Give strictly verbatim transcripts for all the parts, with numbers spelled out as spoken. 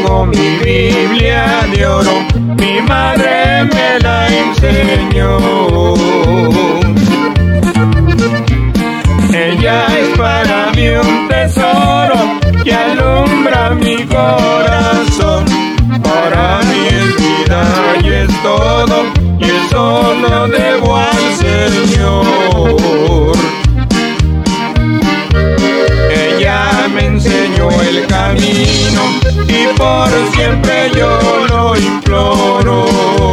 tengo mi Biblia de oro, mi madre me la enseñó. Ella es para mí un tesoro que alumbra mi corazón. Para mí es vida y es todo, y eso lo debo al Señor. Ella me enseñó el camino y por siempre yo lo imploro.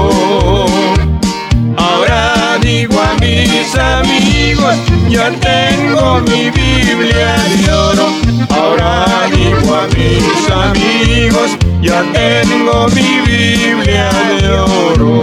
Ahora digo a mis amigos, yo tengo mi Biblia de oro. Ahora digo a mis amigos, yo tengo mi Biblia de oro.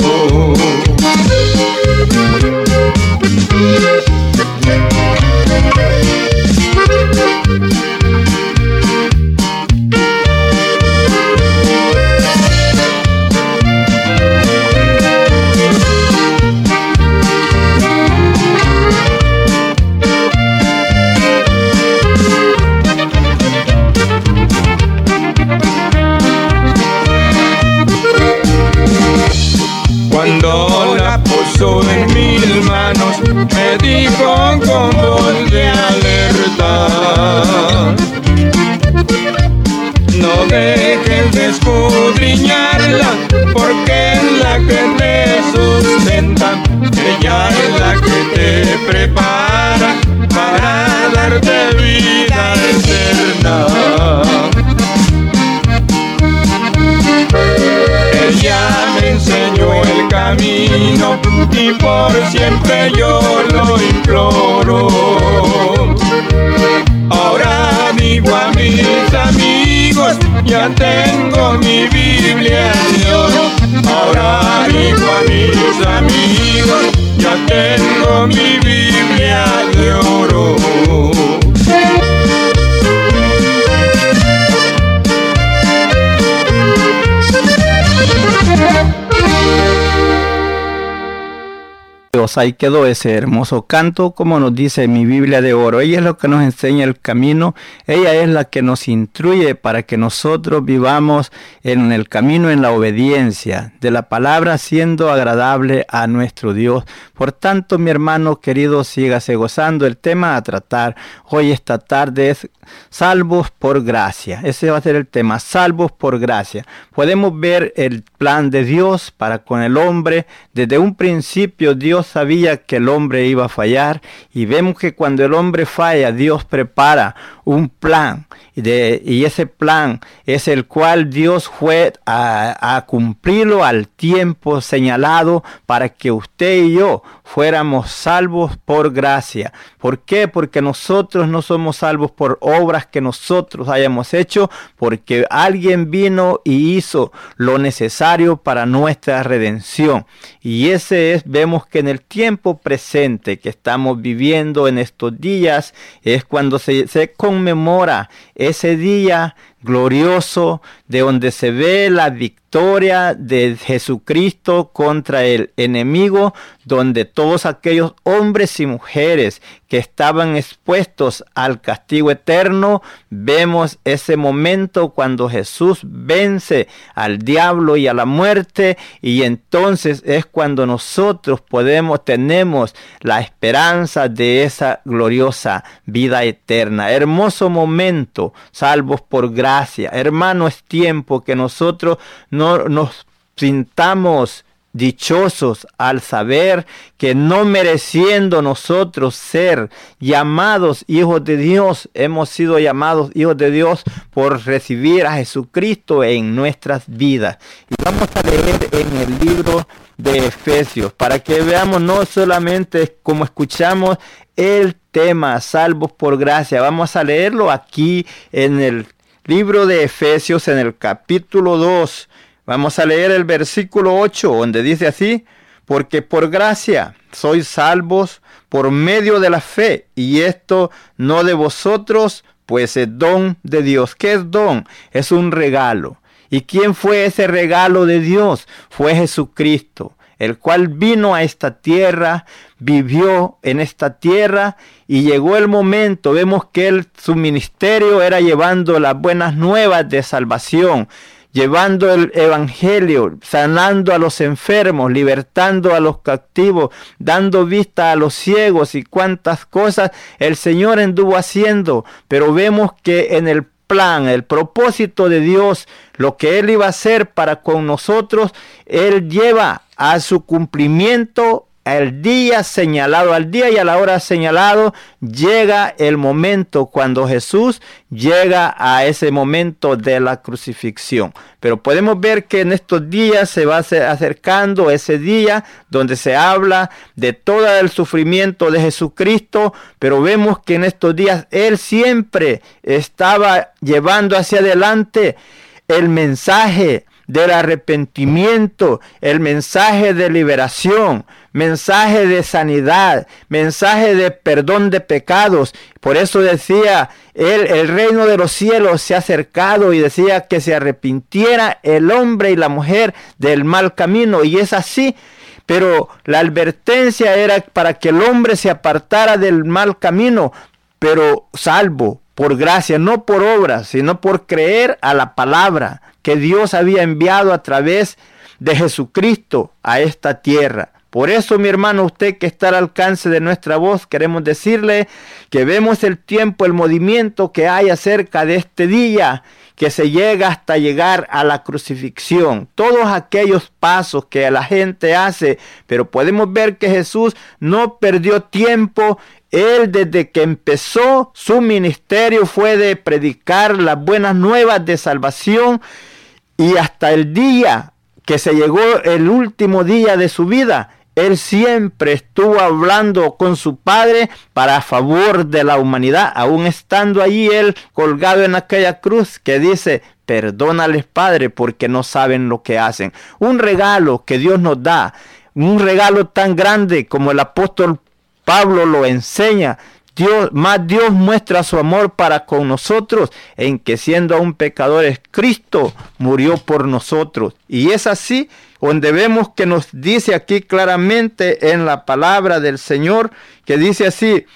Cuando la puso en mis manos, me dijo con voz de alerta: no dejes de escudriñarla, porque es la que te sustenta. Ella es la que te prepara para darte vida eterna. Ella me enseñó el camino y por siempre yo lo imploro. Ahora digo a mis amigos, ya tengo mi Biblia de oro. Ahora digo a mis amigos, ya tengo mi Biblia de oro. Ahí quedó ese hermoso canto, como nos dice mi Biblia de oro. Ella es lo que nos enseña el camino, ella es la que nos instruye para que nosotros vivamos en el camino, en la obediencia de la palabra, siendo agradable a nuestro Dios. Por tanto, mi hermano querido, sígase gozando. El tema a tratar hoy esta tarde es salvos por gracia. Ese va a ser el tema, salvos por gracia. Podemos ver el plan de Dios para con el hombre. Desde un principio Dios sabía que el hombre iba a fallar, y vemos que cuando el hombre falla, Dios prepara un plan, de, y ese plan es el cual Dios fue a, a cumplirlo al tiempo señalado para que usted y yo fuéramos salvos por gracia. ¿Por qué? Porque nosotros no somos salvos por obras que nosotros hayamos hecho, porque alguien vino y hizo lo necesario para nuestra redención. Y ese es, vemos que en el tiempo presente que estamos viviendo en estos días, es cuando se, se conmemora ese día glorioso de donde se ve la victoria de Jesucristo contra el enemigo, donde todos aquellos hombres y mujeres que estaban expuestos al castigo eterno, vemos ese momento cuando Jesús vence al diablo y a la muerte, y entonces es cuando nosotros podemos, tenemos la esperanza de esa gloriosa vida eterna. Hermoso momento, salvos por gracia. Hermano, es tiempo que nosotros no nos sintamos dichosos al saber que, no mereciendo nosotros ser llamados hijos de Dios, hemos sido llamados hijos de Dios por recibir a Jesucristo en nuestras vidas. Y vamos a leer en el libro de Efesios para que veamos no solamente como escuchamos el tema salvos por gracia. Vamos a leerlo aquí en el libro de Efesios, en el capítulo dos. Vamos a leer el versículo ocho, donde dice así: porque por gracia sois salvos por medio de la fe, y esto no de vosotros, pues es don de Dios. ¿Qué es don? Es un regalo. ¿Y quién fue ese regalo de Dios? Fue Jesucristo, el cual vino a esta tierra, vivió en esta tierra, y llegó el momento, vemos que él, su ministerio era llevando las buenas nuevas de salvación. llevando el evangelio, sanando a los enfermos, libertando a los cautivos, dando vista a los ciegos y cuántas cosas el Señor anduvo haciendo. Pero vemos que en el plan, el propósito de Dios, lo que Él iba a hacer para con nosotros, Él lleva a su cumplimiento el día señalado, al día y a la hora señalado. Llega el momento cuando Jesús llega a ese momento de la crucifixión. Pero podemos ver que en estos días se va acercando ese día donde se habla de todo el sufrimiento de Jesucristo, pero vemos que en estos días Él siempre estaba llevando hacia adelante el mensaje del arrepentimiento, el mensaje de liberación, mensaje de sanidad, mensaje de perdón de pecados. Por eso decía él, el reino de los cielos se ha acercado, y decía que se arrepintiera el hombre y la mujer del mal camino, y es así. Pero la advertencia era para que el hombre se apartara del mal camino, pero salvo por gracia, no por obras, sino por creer a la palabra que Dios había enviado a través de Jesucristo a esta tierra. Por eso, mi hermano, usted que está al alcance de nuestra voz, queremos decirle que vemos el tiempo, el movimiento que hay acerca de este día, que se llega hasta llegar a la crucifixión. Todos aquellos pasos que la gente hace, pero podemos ver que Jesús no perdió tiempo. Él, desde que empezó su ministerio, fue de predicar las buenas nuevas de salvación, y hasta el día que se llegó el último día de su vida, Él siempre estuvo hablando con su Padre para favor de la humanidad, aún estando allí Él colgado en aquella cruz, que dice: perdónales, Padre, porque no saben lo que hacen. Un regalo que Dios nos da, un regalo tan grande como el apóstol Pablo lo enseña. Dios, más Dios muestra su amor para con nosotros, en que siendo aún pecadores, Cristo murió por nosotros. Y es así donde vemos que nos dice aquí claramente en la palabra del Señor, que dice así,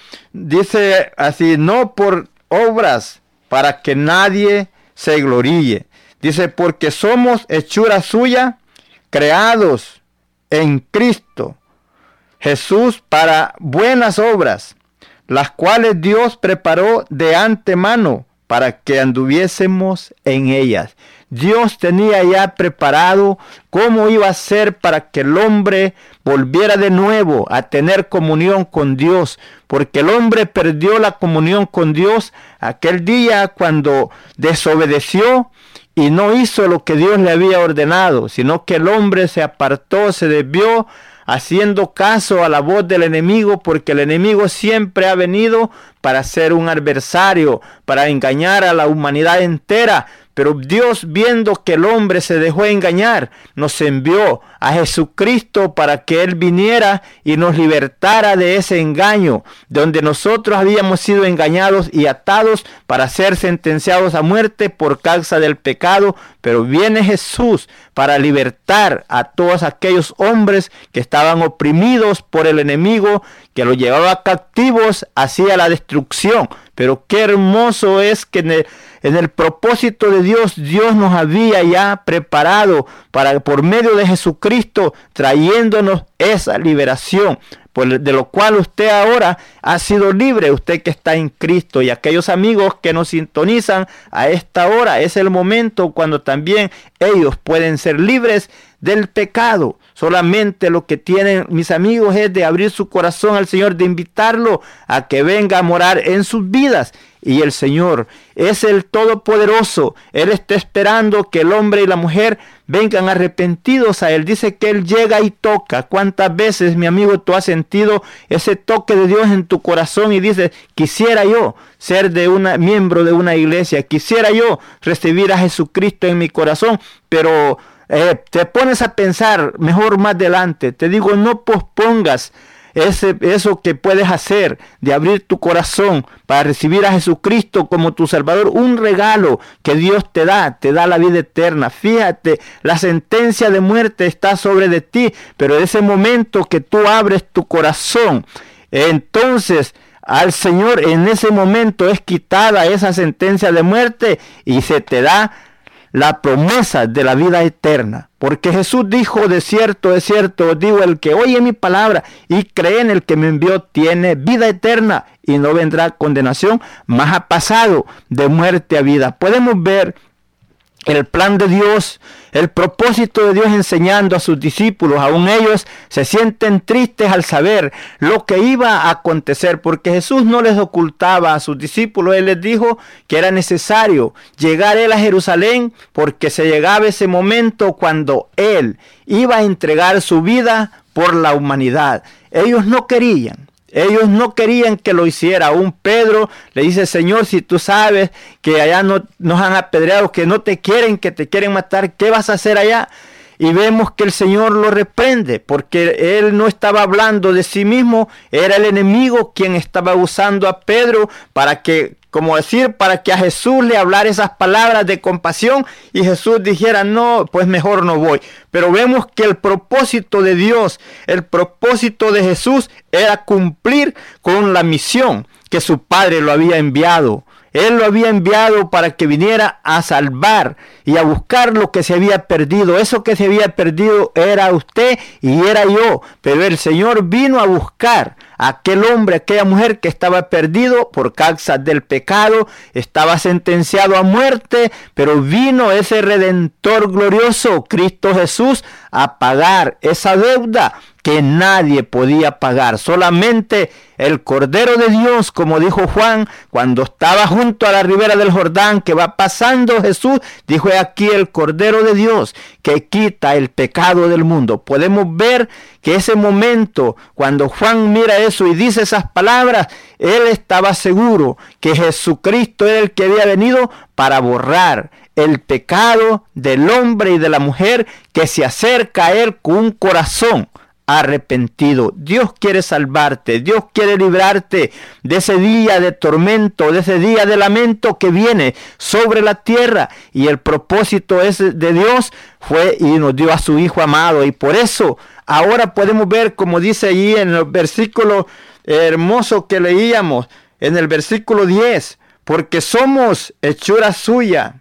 dice así: no por obras, para que nadie se gloríe. Dice: porque somos hechura suya, creados en Cristo Jesús para buenas obras, las cuales Dios preparó de antemano para que anduviésemos en ellas. Dios tenía ya preparado cómo iba a ser para que el hombre volviera de nuevo a tener comunión con Dios, porque el hombre perdió la comunión con Dios aquel día cuando desobedeció y no hizo lo que Dios le había ordenado, sino que el hombre se apartó, se desvió, haciendo caso a la voz del enemigo, porque el enemigo siempre ha venido para ser un adversario, para engañar a la humanidad entera. Pero Dios, viendo que el hombre se dejó engañar, nos envió a Jesucristo para que Él viniera y nos libertara de ese engaño, donde nosotros habíamos sido engañados y atados para ser sentenciados a muerte por causa del pecado. Pero viene Jesús para libertar a todos aquellos hombres que estaban oprimidos por el enemigo, que los llevaba cautivos hacia la destrucción. Pero qué hermoso es que en el, en el propósito de Dios, Dios nos había ya preparado para, por medio de Jesucristo, trayéndonos esa liberación, por, de lo cual usted ahora ha sido libre, usted que está en Cristo. Y aquellos amigos que nos sintonizan a esta hora, es el momento cuando también ellos pueden ser libres del pecado. Solamente lo que tienen, mis amigos, es de abrir su corazón al Señor, de invitarlo a que venga a morar en sus vidas. Y el Señor es el Todopoderoso. Él está esperando que el hombre y la mujer vengan arrepentidos a Él. Dice que Él llega y toca. ¿Cuántas veces, mi amigo, tú has sentido ese toque de Dios en tu corazón y dices: quisiera yo ser de una miembro de una iglesia, quisiera yo recibir a Jesucristo en mi corazón? Pero Eh, te pones a pensar mejor más adelante. Te digo, no pospongas ese, eso que puedes hacer, de abrir tu corazón para recibir a Jesucristo como tu Salvador. Un regalo que Dios te da, te da la vida eterna. Fíjate, la sentencia de muerte está sobre de ti, pero en ese momento que tú abres tu corazón, entonces al Señor, en ese momento es quitada esa sentencia de muerte y se te da la promesa de la vida eterna. Porque Jesús dijo, de cierto, de cierto, os digo, el que oye mi palabra y cree en el que me envió tiene vida eterna y no vendrá condenación, mas ha pasado de muerte a vida. Podemos ver el plan de Dios, el propósito de Dios enseñando a sus discípulos. Aún ellos se sienten tristes al saber lo que iba a acontecer, porque Jesús no les ocultaba a sus discípulos. Él les dijo que era necesario llegar él a Jerusalén, porque se llegaba ese momento cuando él iba a entregar su vida por la humanidad. Ellos no querían. Ellos no querían que lo hiciera. Aún Pedro le dice, Señor, si tú sabes que allá no, nos han apedreado, que no te quieren, que te quieren matar, ¿qué vas a hacer allá? Y vemos que el Señor lo reprende, porque él no estaba hablando de sí mismo, era el enemigo quien estaba usando a Pedro para que, como decir, para que a Jesús le hablara esas palabras de compasión y Jesús dijera, no, pues mejor no voy. Pero vemos que el propósito de Dios, el propósito de Jesús era cumplir con la misión que su Padre lo había enviado. Él lo había enviado para que viniera a salvar y a buscar lo que se había perdido. Eso que se había perdido era usted y era yo. Pero el Señor vino a buscar a aquel hombre, a aquella mujer que estaba perdido por causa del pecado. Estaba sentenciado a muerte, pero vino ese Redentor glorioso, Cristo Jesús, a pagar esa deuda que nadie podía pagar. Solamente el Cordero de Dios, como dijo Juan, cuando estaba junto a la ribera del Jordán, que va pasando Jesús, dijo, aquí el Cordero de Dios que quita el pecado del mundo. Podemos ver que ese momento, cuando Juan mira eso y dice esas palabras, él estaba seguro que Jesucristo era el que había venido para borrar el pecado del hombre y de la mujer que se acerca a él con un corazón arrepentido. Dios quiere salvarte, Dios quiere librarte de ese día de tormento, de ese día de lamento que viene sobre la tierra, y el propósito ese de Dios fue y nos dio a su Hijo amado. Y por eso ahora podemos ver, como dice allí en el versículo hermoso que leíamos, en el versículo diez, porque somos hechura suya,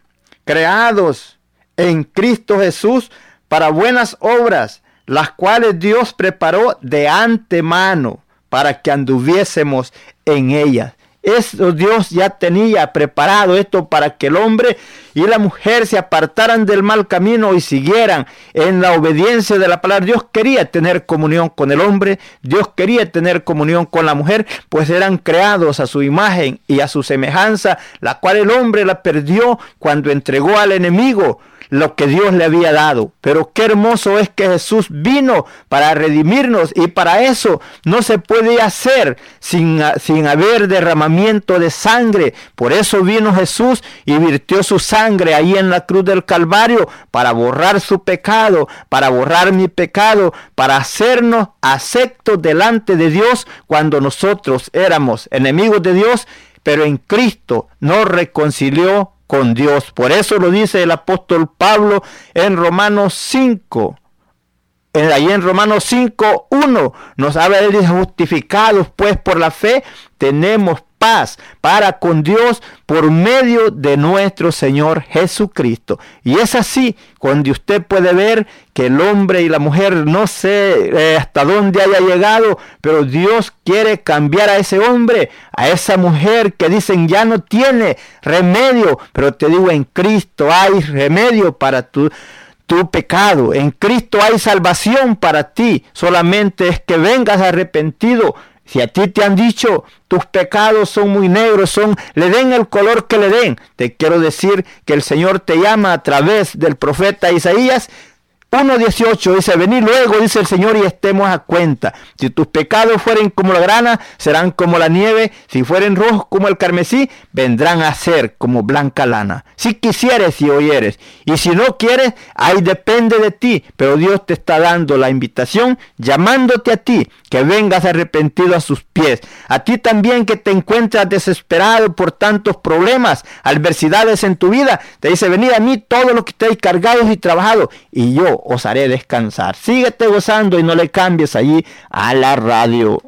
creados en Cristo Jesús para buenas obras, las cuales Dios preparó de antemano para que anduviésemos en ellas. Eso Dios ya tenía preparado esto para que el hombre y la mujer se apartaran del mal camino y siguieran en la obediencia de la palabra. Dios quería tener comunión con el hombre, Dios quería tener comunión con la mujer, pues eran creados a su imagen y a su semejanza, la cual el hombre la perdió cuando entregó al enemigo lo que Dios le había dado. Pero qué hermoso es que Jesús vino para redimirnos, y para eso no se puede hacer sin, sin haber derramamiento de sangre. Por eso vino Jesús y virtió su sangre ahí en la cruz del Calvario para borrar su pecado, para borrar mi pecado, para hacernos aceptos delante de Dios cuando nosotros éramos enemigos de Dios, pero en Cristo nos reconcilió con Dios. Por eso lo dice el apóstol Pablo en Romanos cinco. En, ahí en Romanos cinco, uno nos habla de justificados pues por la fe, tenemos paz para con Dios por medio de nuestro Señor Jesucristo. Y es así cuando usted puede ver que el hombre y la mujer, no sé eh, hasta dónde haya llegado, pero Dios quiere cambiar a ese hombre, a esa mujer que dicen ya no tiene remedio, pero te digo, en Cristo hay remedio para tu tu pecado. En Cristo hay salvación para ti. Solamente es que vengas arrepentido. Si a ti te han dicho tus pecados son muy negros, son, le den el color que le den, te quiero decir que el Señor te llama a través del profeta Isaías uno dieciocho, dice, venid luego, dice el Señor, y estemos a cuenta. Si tus pecados fueren como la grana, serán como la nieve. Si fueren rojos como el carmesí, vendrán a ser como blanca lana. Si quisieres y oyeres. Y si no quieres, ahí depende de ti. Pero Dios te está dando la invitación, llamándote a ti, que vengas arrepentido a sus pies. A ti también que te encuentras desesperado por tantos problemas, adversidades en tu vida, te dice, venid a mí todos los que estéis cargados y trabajados, y yo os haré descansar. Síguete gozando y no le cambies allí a la radio.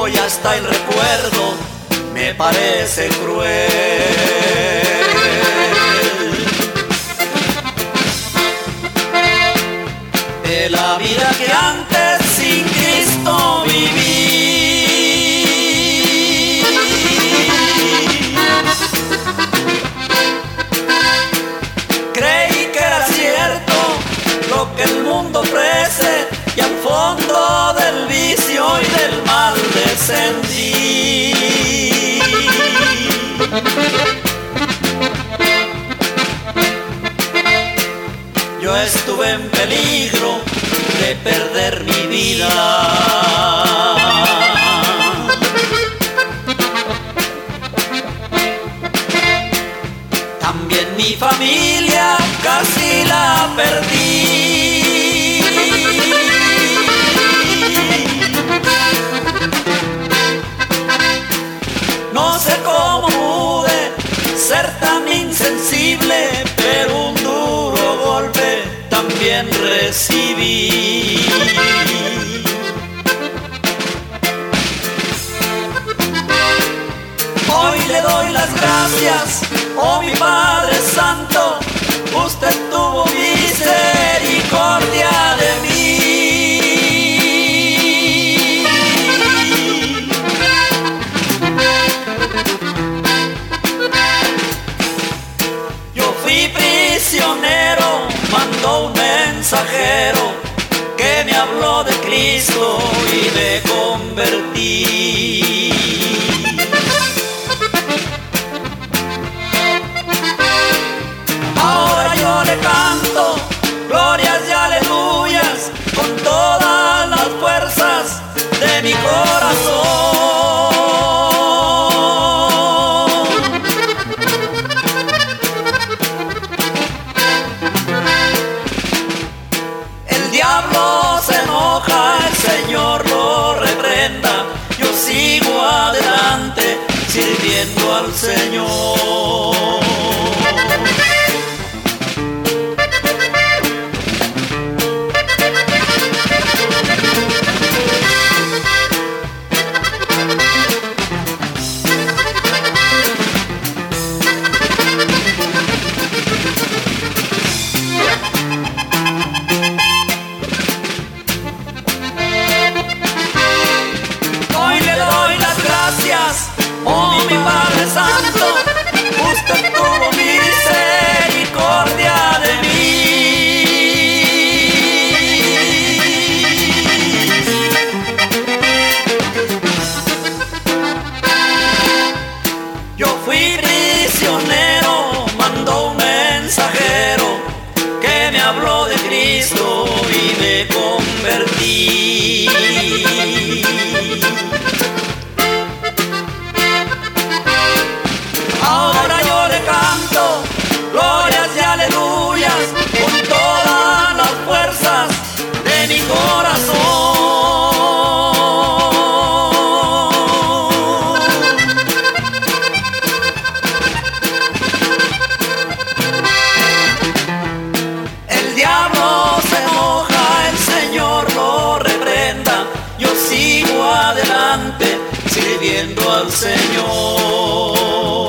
Hoy hasta el recuerdo me parece cruel de la vida que antes sin Cristo viví. Creí que era cierto lo que el mundo ofrece y al fondo del vicio y del mal descendí. Yo estuve en peligro de perder mi vida. También mi familia casi la perdí. No sé cómo pude ser tan insensible, pero un duro golpe también recibí. Hoy le doy las gracias, oh mi Padre Santo, usted tuvo misericordia de mí. Yo fui prisionero, mandó un mensajero que me habló de Cristo y me convertí. Ahora yo le canto glorias y aleluyas con todas las fuerzas de mi corazón. El diablo se enoja, el Señor lo reprenda. Yo sigo adelante sirviendo al Señor. Oh mi Padre Santo, usted tuvo misericordia de mí. Yo fui prisionero, mandó un mensajero que me habló de Cristo y me convertí. Ahora yo le canto glorias y aleluyas con todas las fuerzas de mi corazón. El diablo se enoja, el Señor lo reprenda. Yo sigo adelante sirviendo al Señor.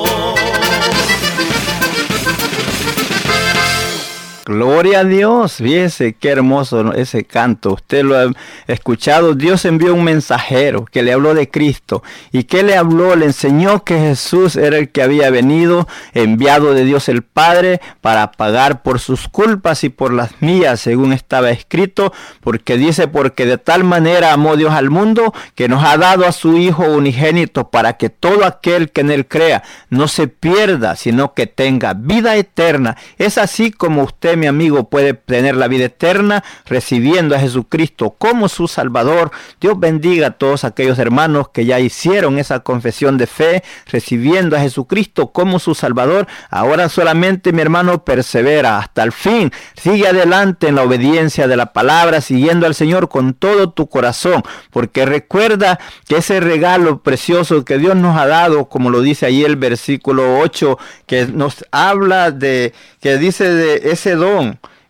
Gloria a Dios, fíjese qué hermoso ese canto, usted lo ha escuchado. Dios envió un mensajero que le habló de Cristo. ¿Y qué le habló? Le enseñó que Jesús era el que había venido, enviado de Dios el Padre, para pagar por sus culpas y por las mías, según estaba escrito, porque dice, porque de tal manera amó Dios al mundo, que nos ha dado a su Hijo unigénito, para que todo aquel que en él crea no se pierda, sino que tenga vida eterna. Es así como usted, mi amigo, puede tener la vida eterna recibiendo a Jesucristo como su Salvador. Dios bendiga a todos aquellos hermanos que ya hicieron esa confesión de fe, recibiendo a Jesucristo como su Salvador. Ahora solamente, mi hermano, persevera hasta el fin. Sigue adelante en la obediencia de la palabra, siguiendo al Señor con todo tu corazón, porque recuerda que ese regalo precioso que Dios nos ha dado, como lo dice ahí el versículo ocho, que nos habla de, que dice de ese don, es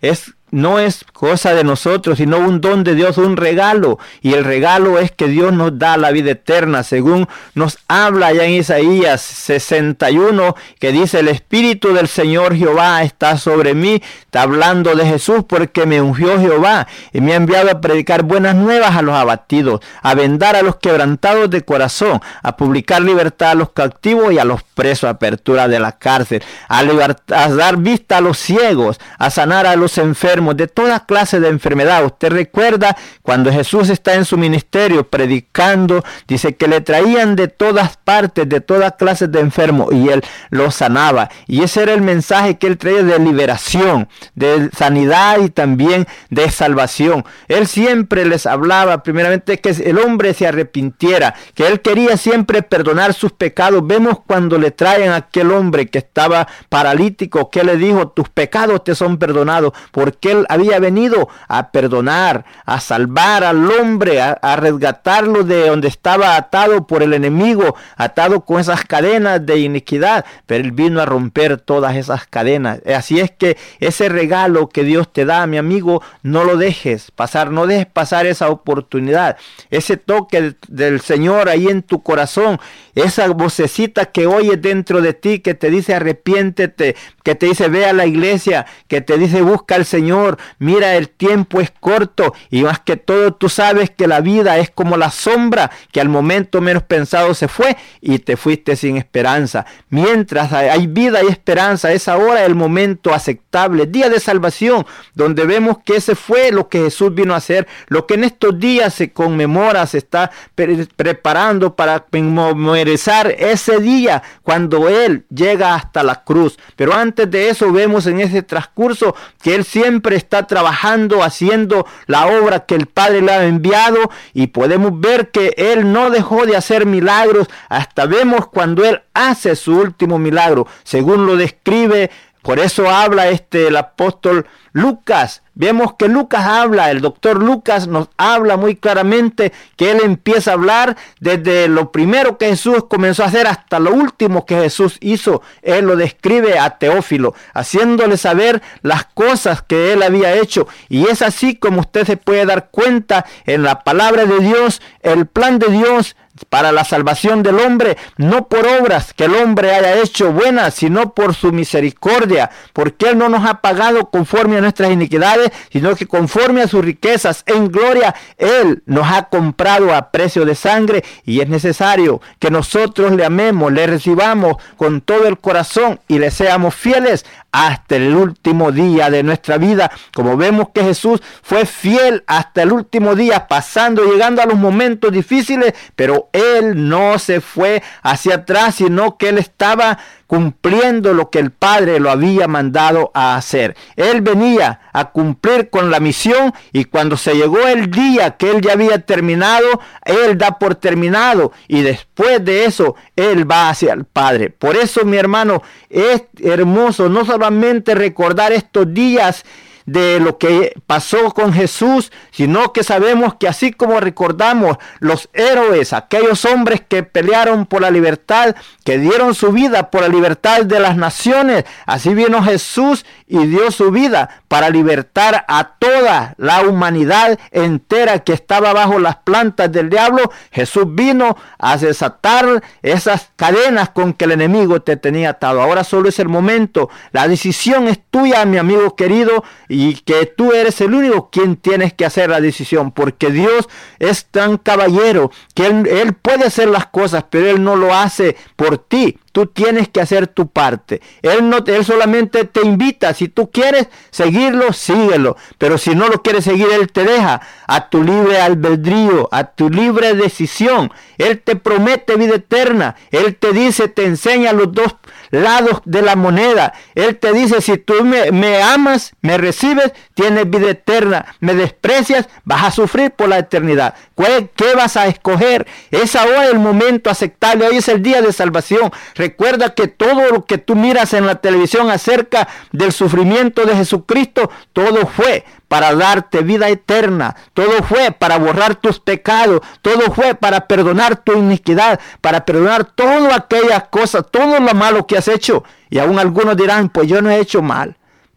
no es cosa de nosotros, sino un don de Dios, un regalo. Y el regalo es que Dios nos da la vida eterna, según nos habla allá en Isaías sesenta y uno, que dice: el Espíritu del Señor Jehová está sobre mí. Está hablando de Jesús, porque me ungió Jehová y me ha enviado a predicar buenas nuevas a los abatidos, a vendar a los quebrantados de corazón, a publicar libertad a los cautivos y a los presos, apertura de la cárcel, a, a dar vista a los ciegos, a sanar a los enfermos de toda clase de enfermedad. Usted recuerda cuando Jesús está en su ministerio predicando, dice que le traían de todas partes, de todas clases de enfermos, y él los sanaba. Y ese era el mensaje que él traía, de liberación, de sanidad y también de salvación. Él siempre les hablaba primeramente que el hombre se arrepintiera, que él quería siempre perdonar sus pecados. Vemos cuando le traen a aquel hombre que estaba paralítico, que le dijo: tus pecados te son perdonados, porque él había venido a perdonar, a salvar al hombre, a, a resgatarlo de donde estaba atado por el enemigo, atado con esas cadenas de iniquidad, pero él vino a romper todas esas cadenas. Así es que ese regalo que Dios te da, mi amigo, no lo dejes pasar, no dejes pasar esa oportunidad, ese toque del Señor ahí en tu corazón, esa vocecita que oyes dentro de ti que te dice: arrepiéntete, que te dice: ve a la iglesia, que te dice: busca al Señor, mira, el tiempo es corto, y más que todo tú sabes que la vida es como la sombra, que al momento menos pensado se fue y te fuiste sin esperanza. Mientras hay vida y esperanza, es ahora el momento aceptable, día de salvación, donde vemos que ese fue lo que Jesús vino a hacer, lo que en estos días se conmemora, se está pre preparando para memorizar ese día cuando Él llega hasta la cruz. Pero antes de eso vemos en ese transcurso que Él siempre está trabajando, haciendo la obra que el Padre le ha enviado, y podemos ver que Él no dejó de hacer milagros, hasta vemos cuando Él hace su último milagro, según lo describe. Por eso habla este el apóstol Lucas. Vemos que Lucas habla, el doctor Lucas nos habla muy claramente que él empieza a hablar desde lo primero que Jesús comenzó a hacer hasta lo último que Jesús hizo. Él lo describe a Teófilo, haciéndole saber las cosas que él había hecho. Y es así como usted se puede dar cuenta en la palabra de Dios, el plan de Dios para la salvación del hombre, no por obras que el hombre haya hecho buenas, sino por su misericordia, porque Él no nos ha pagado conforme a nuestras iniquidades, sino que conforme a sus riquezas en gloria, Él nos ha comprado a precio de sangre, y es necesario que nosotros le amemos, le recibamos con todo el corazón y le seamos fieles hasta el último día de nuestra vida, como vemos que Jesús fue fiel hasta el último día, pasando, llegando a los momentos difíciles, pero Él no se fue hacia atrás, sino que Él estaba cumpliendo lo que el Padre lo había mandado a hacer. Él venía a cumplir con la misión, y cuando se llegó el día que Él ya había terminado, Él da por terminado, y después de eso Él va hacia el Padre. Por eso, mi hermano, es hermoso no solamente recordar estos días de lo que pasó con Jesús, sino que sabemos que así como recordamos los héroes, aquellos hombres que pelearon por la libertad, que dieron su vida por la libertad de las naciones, así vino Jesús y dio su vida para libertar a toda la humanidad entera que estaba bajo las plantas del diablo. Jesús vino a desatar esas cadenas con que el enemigo te tenía atado. Ahora solo es el momento, la decisión es tuya, mi amigo querido, y que tú eres el único quien tienes que hacer la decisión, porque Dios es tan caballero que él, él puede hacer las cosas, pero Él no lo hace por ti. Tú tienes que hacer tu parte. Él, no, él solamente te invita. Si tú quieres seguirlo, síguelo. Pero si no lo quieres seguir, Él te deja a tu libre albedrío, a tu libre decisión. Él te promete vida eterna. Él te dice, te enseña los dos lados de la moneda. Él te dice, si tú me, me amas, me recibes, tienes vida eterna. Me desprecias, vas a sufrir por la eternidad. ¿Qué vas a escoger? Es ahora el momento aceptable. Hoy es el día de salvación. Recuerda que todo lo que tú miras en la televisión acerca del sufrimiento de Jesucristo, todo fue para darte vida eterna, todo fue para borrar tus pecados, todo fue para perdonar tu iniquidad, para perdonar todas aquellas cosas, todo lo malo que has hecho. Y aún algunos dirán, pues yo no he hecho mal.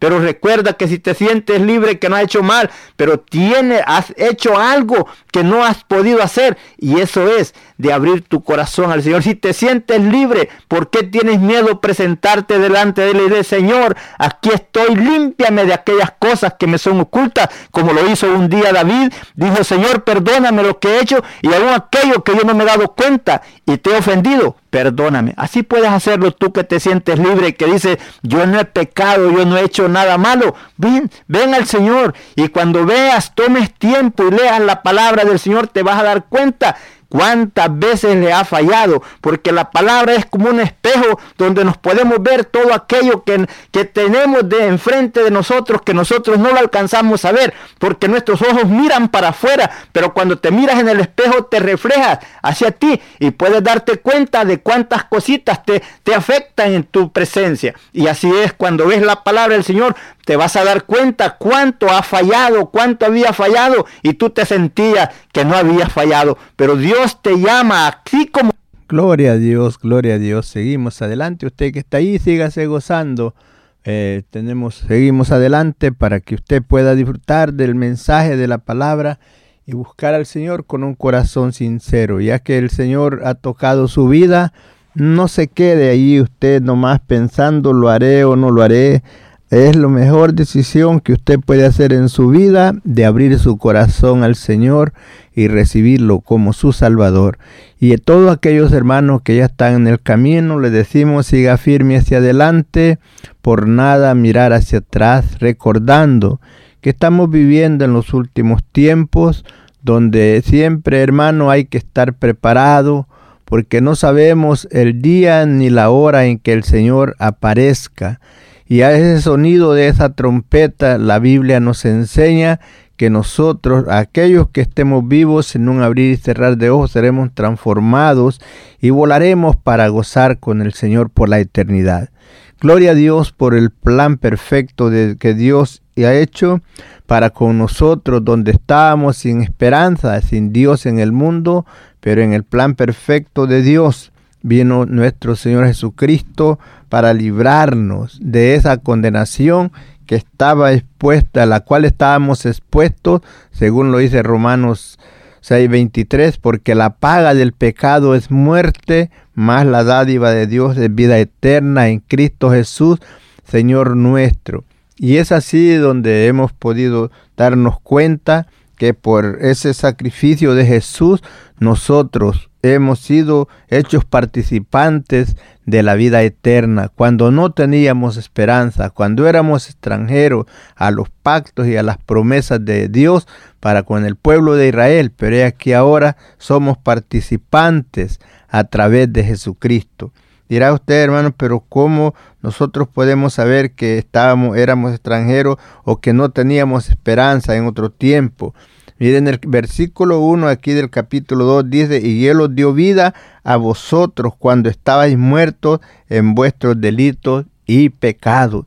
Pero recuerda que si te sientes libre, que no has hecho mal, pero tienes, has hecho algo que no has podido hacer, y eso es de abrir tu corazón al Señor. Si te sientes libre, ¿por qué tienes miedo presentarte delante de Él y decir: Señor, aquí estoy, límpiame de aquellas cosas que me son ocultas? Como lo hizo un día David, dijo: Señor, perdóname lo que he hecho y aún aquello que yo no me he dado cuenta y te he ofendido, perdóname. Así puedes hacerlo tú, que te sientes libre y que dices: yo no he pecado, yo no he hecho nada malo. Ven, ven al Señor, y cuando veas, tomes tiempo y leas la palabra del Señor, te vas a dar cuenta cuántas veces le ha fallado, porque la palabra es como un espejo donde nos podemos ver todo aquello que, que tenemos de enfrente de nosotros, que nosotros no lo alcanzamos a ver, porque nuestros ojos miran para afuera, pero cuando te miras en el espejo te reflejas hacia ti y puedes darte cuenta de cuántas cositas te, te afectan en tu presencia. Y así es, cuando ves la palabra del Señor, te vas a dar cuenta cuánto ha fallado, cuánto había fallado, y tú te sentías que no habías fallado, pero Dios te llama así como... Gloria a Dios, gloria a Dios. Seguimos adelante. Usted que está ahí, sígase gozando. Eh, tenemos, seguimos adelante para que usted pueda disfrutar del mensaje de la palabra y buscar al Señor con un corazón sincero. Ya que el Señor ha tocado su vida, no se quede ahí usted nomás pensando: lo haré o no lo haré. Es la mejor decisión que usted puede hacer en su vida, de abrir su corazón al Señor y recibirlo como su Salvador. Y a todos aquellos hermanos que ya están en el camino, les decimos: siga firme hacia adelante, por nada mirar hacia atrás, recordando que estamos viviendo en los últimos tiempos, donde siempre, hermano, hay que estar preparado, porque no sabemos el día ni la hora en que el Señor aparezca. Y a ese sonido de esa trompeta, la Biblia nos enseña que nosotros, aquellos que estemos vivos, en un abrir y cerrar de ojos, seremos transformados y volaremos para gozar con el Señor por la eternidad. Gloria a Dios por el plan perfecto de, que Dios ha hecho para con nosotros, donde estábamos sin esperanza, sin Dios en el mundo, pero en el plan perfecto de Dios vino nuestro Señor Jesucristo para librarnos de esa condenación que estaba expuesta, a la cual estábamos expuestos, según lo dice Romanos seis veintitrés, porque la paga del pecado es muerte, mas la dádiva de Dios es vida eterna en Cristo Jesús, Señor nuestro. Y es así donde hemos podido darnos cuenta que por ese sacrificio de Jesús, nosotros hemos sido hechos participantes de la vida eterna, cuando no teníamos esperanza, cuando éramos extranjeros a los pactos y a las promesas de Dios para con el pueblo de Israel, pero es que ahora somos participantes a través de Jesucristo. Dirá usted, hermano, pero ¿cómo nosotros podemos saber que estábamos, éramos extranjeros o que no teníamos esperanza en otro tiempo? Miren el versículo uno aquí del capítulo dos, dice: y Él os dio vida a vosotros cuando estabais muertos en vuestros delitos y pecados.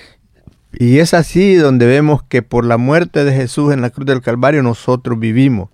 Y es así donde vemos que por la muerte de Jesús en la cruz del Calvario nosotros vivimos.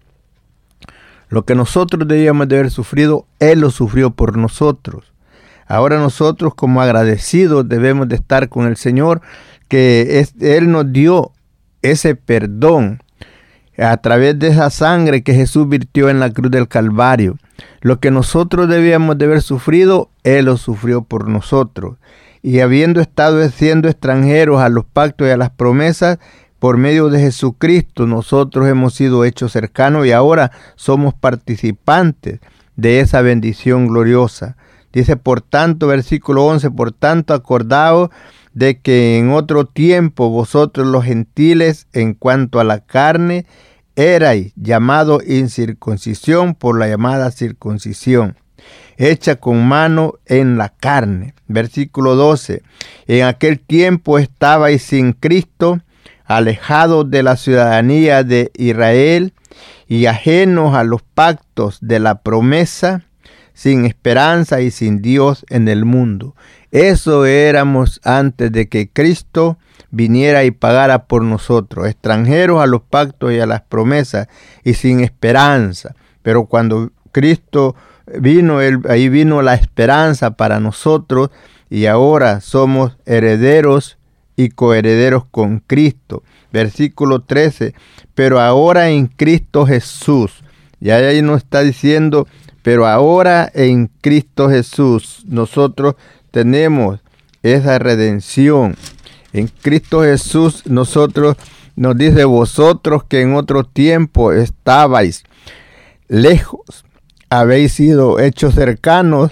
Lo que nosotros debíamos de haber sufrido, Él lo sufrió por nosotros. Ahora nosotros, como agradecidos, debemos de estar con el Señor, que es, Él nos dio ese perdón a través de esa sangre que Jesús virtió en la cruz del Calvario. Lo que nosotros debíamos de haber sufrido, Él lo sufrió por nosotros. Y habiendo estado siendo extranjeros a los pactos y a las promesas, por medio de Jesucristo nosotros hemos sido hechos cercanos y ahora somos participantes de esa bendición gloriosa. Dice, por tanto, versículo once, por tanto, acordaos de que en otro tiempo vosotros los gentiles, en cuanto a la carne, erais llamados incircuncisión por la llamada circuncisión, hecha con mano en la carne. Versículo doce, en aquel tiempo estabais sin Cristo, alejados de la ciudadanía de Israel y ajenos a los pactos de la promesa, sin esperanza y sin Dios en el mundo. Eso éramos antes de que Cristo viniera y pagara por nosotros, extranjeros a los pactos y a las promesas y sin esperanza. Pero cuando Cristo vino, él, ahí vino la esperanza para nosotros y ahora somos herederos y coherederos con Cristo. Versículo trece, pero ahora en Cristo Jesús. Y ahí nos está diciendo, pero ahora en Cristo Jesús nosotros tenemos esa redención. En Cristo Jesús nosotros nos dice, vosotros que en otro tiempo estabais lejos, habéis sido hechos cercanos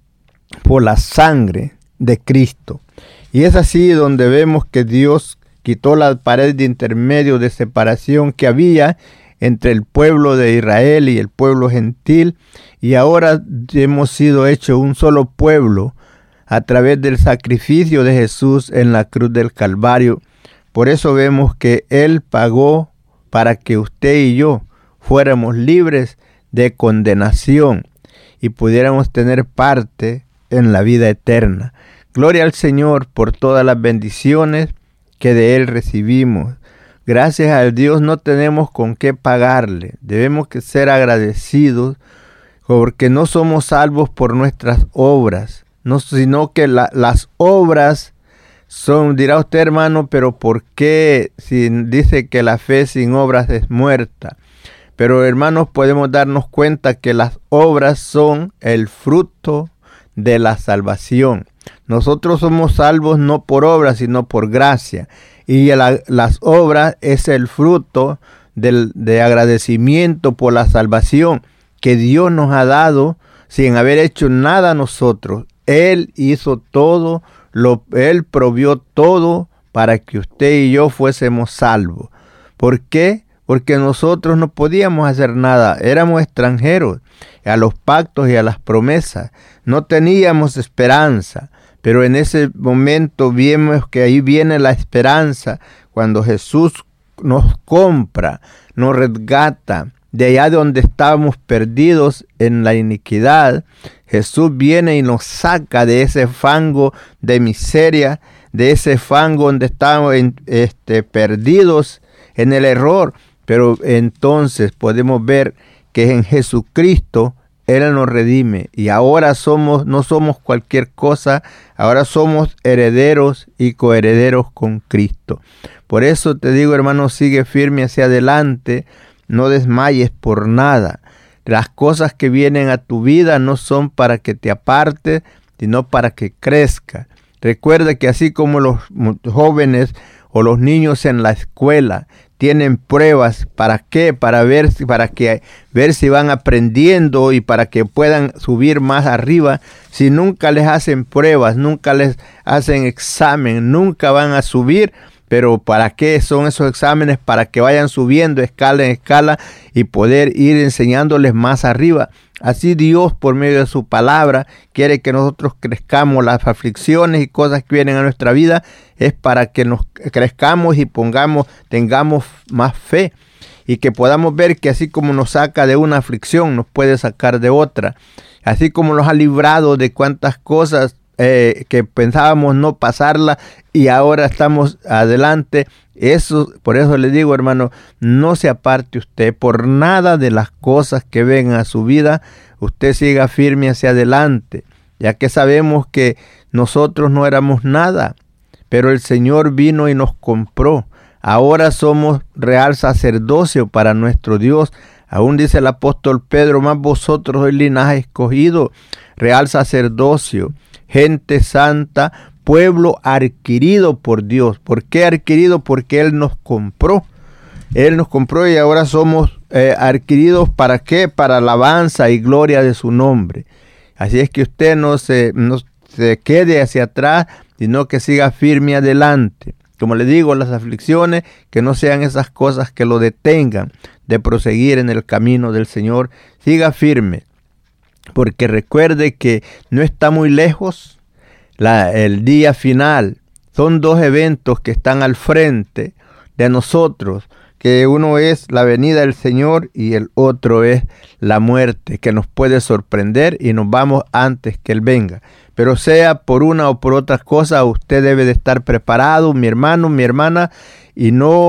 por la sangre de Cristo. Y es así donde vemos que Dios quitó la pared de intermedio de separación que había entre el pueblo de Israel y el pueblo gentil, y ahora hemos sido hechos un solo pueblo a través del sacrificio de Jesús en la cruz del Calvario. Por eso vemos que Él pagó para que usted y yo fuéramos libres de condenación y pudiéramos tener parte en la vida eterna. Gloria al Señor por todas las bendiciones que de Él recibimos. Gracias a Dios no tenemos con qué pagarle. Debemos que ser agradecidos porque no somos salvos por nuestras obras, no, sino que la, las obras son, dirá usted hermano, pero ¿por qué si dice que la fe sin obras es muerta? Pero hermanos, podemos darnos cuenta que las obras son el fruto de la salvación. Nosotros somos salvos no por obras, sino por gracia. Y la, las obras es el fruto del, de agradecimiento por la salvación que Dios nos ha dado sin haber hecho nada nosotros. Él hizo todo, lo, Él provió todo para que usted y yo fuésemos salvos. ¿Por qué? Porque nosotros no podíamos hacer nada, éramos extranjeros a los pactos y a las promesas, no teníamos esperanza, pero en ese momento vimos que ahí viene la esperanza, cuando Jesús nos compra, nos resgata, de allá donde estábamos perdidos en la iniquidad, Jesús viene y nos saca de ese fango de miseria, de ese fango donde estábamos en, este, perdidos en el error. Pero entonces podemos ver que en Jesucristo Él nos redime y ahora somos, no somos cualquier cosa, ahora somos herederos y coherederos con Cristo. Por eso te digo, hermano, sigue firme hacia adelante, no desmayes por nada. Las cosas que vienen a tu vida no son para que te apartes, sino para que crezca. Recuerda que así como los jóvenes o los niños en la escuela tienen pruebas, ¿para qué? Para ver si, para que ver si van aprendiendo y para que puedan subir más arriba. Si nunca les hacen pruebas, nunca les hacen examen, nunca van a subir. Pero ¿para qué son esos exámenes? Para que vayan subiendo escala en escala y poder ir enseñándoles más arriba. Así Dios, por medio de su palabra, quiere que nosotros crezcamos. Las aflicciones y cosas que vienen a nuestra vida es para que nos crezcamos y pongamos, tengamos más fe. Y que podamos ver que así como nos saca de una aflicción, nos puede sacar de otra. Así como nos ha librado de cuantas cosas Eh, que pensábamos no pasarla y ahora estamos adelante. Eso, por eso le digo, hermano, no se aparte usted por nada de las cosas que vengan a su vida. Usted siga firme hacia adelante, ya que sabemos que nosotros no éramos nada, pero el Señor vino y nos compró. Ahora somos real sacerdocio para nuestro Dios. Aún dice el apóstol Pedro, más vosotros sois linaje escogido, real sacerdocio, gente santa, pueblo adquirido por Dios. ¿Por qué adquirido? Porque Él nos compró. Él nos compró y ahora somos eh, adquiridos ¿para qué? Para alabanza y gloria de su nombre. Así es que usted no se, no se quede hacia atrás, sino que siga firme adelante. Como le digo, las aflicciones, que no sean esas cosas que lo detengan de proseguir en el camino del Señor. Siga firme. Porque recuerde que no está muy lejos la, el día final. Son dos eventos que están al frente de nosotros, que uno es la venida del Señor y el otro es la muerte, que nos puede sorprender y nos vamos antes que Él venga. Pero sea por una o por otra cosa, usted debe de estar preparado, mi hermano, mi hermana, y no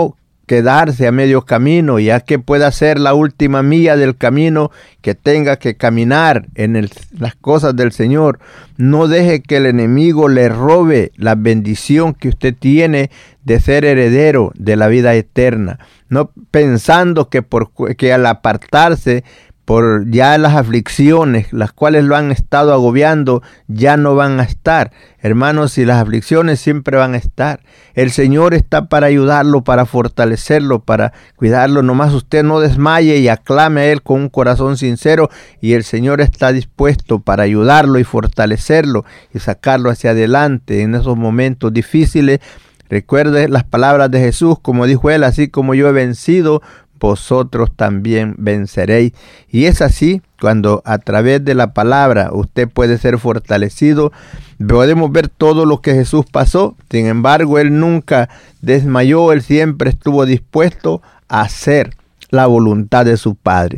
quedarse a medio camino, ya que pueda ser la última milla del camino que tenga que caminar en el, las cosas del Señor. No deje que el enemigo le robe la bendición que usted tiene de ser heredero de la vida eterna, no pensando que, por, que al apartarse por ya las aflicciones, las cuales lo han estado agobiando, ya no van a estar. Hermanos, si las aflicciones siempre van a estar, el Señor está para ayudarlo, para fortalecerlo, para cuidarlo. Nomás usted no desmaye y aclame a Él con un corazón sincero, y el Señor está dispuesto para ayudarlo y fortalecerlo y sacarlo hacia adelante en esos momentos difíciles. Recuerde las palabras de Jesús, como dijo Él: así como yo he vencido, vosotros también venceréis. Y es así, cuando a través de la palabra usted puede ser fortalecido. Podemos ver todo lo que Jesús pasó. Sin embargo, Él nunca desmayó. Él siempre estuvo dispuesto a hacer la voluntad de su Padre.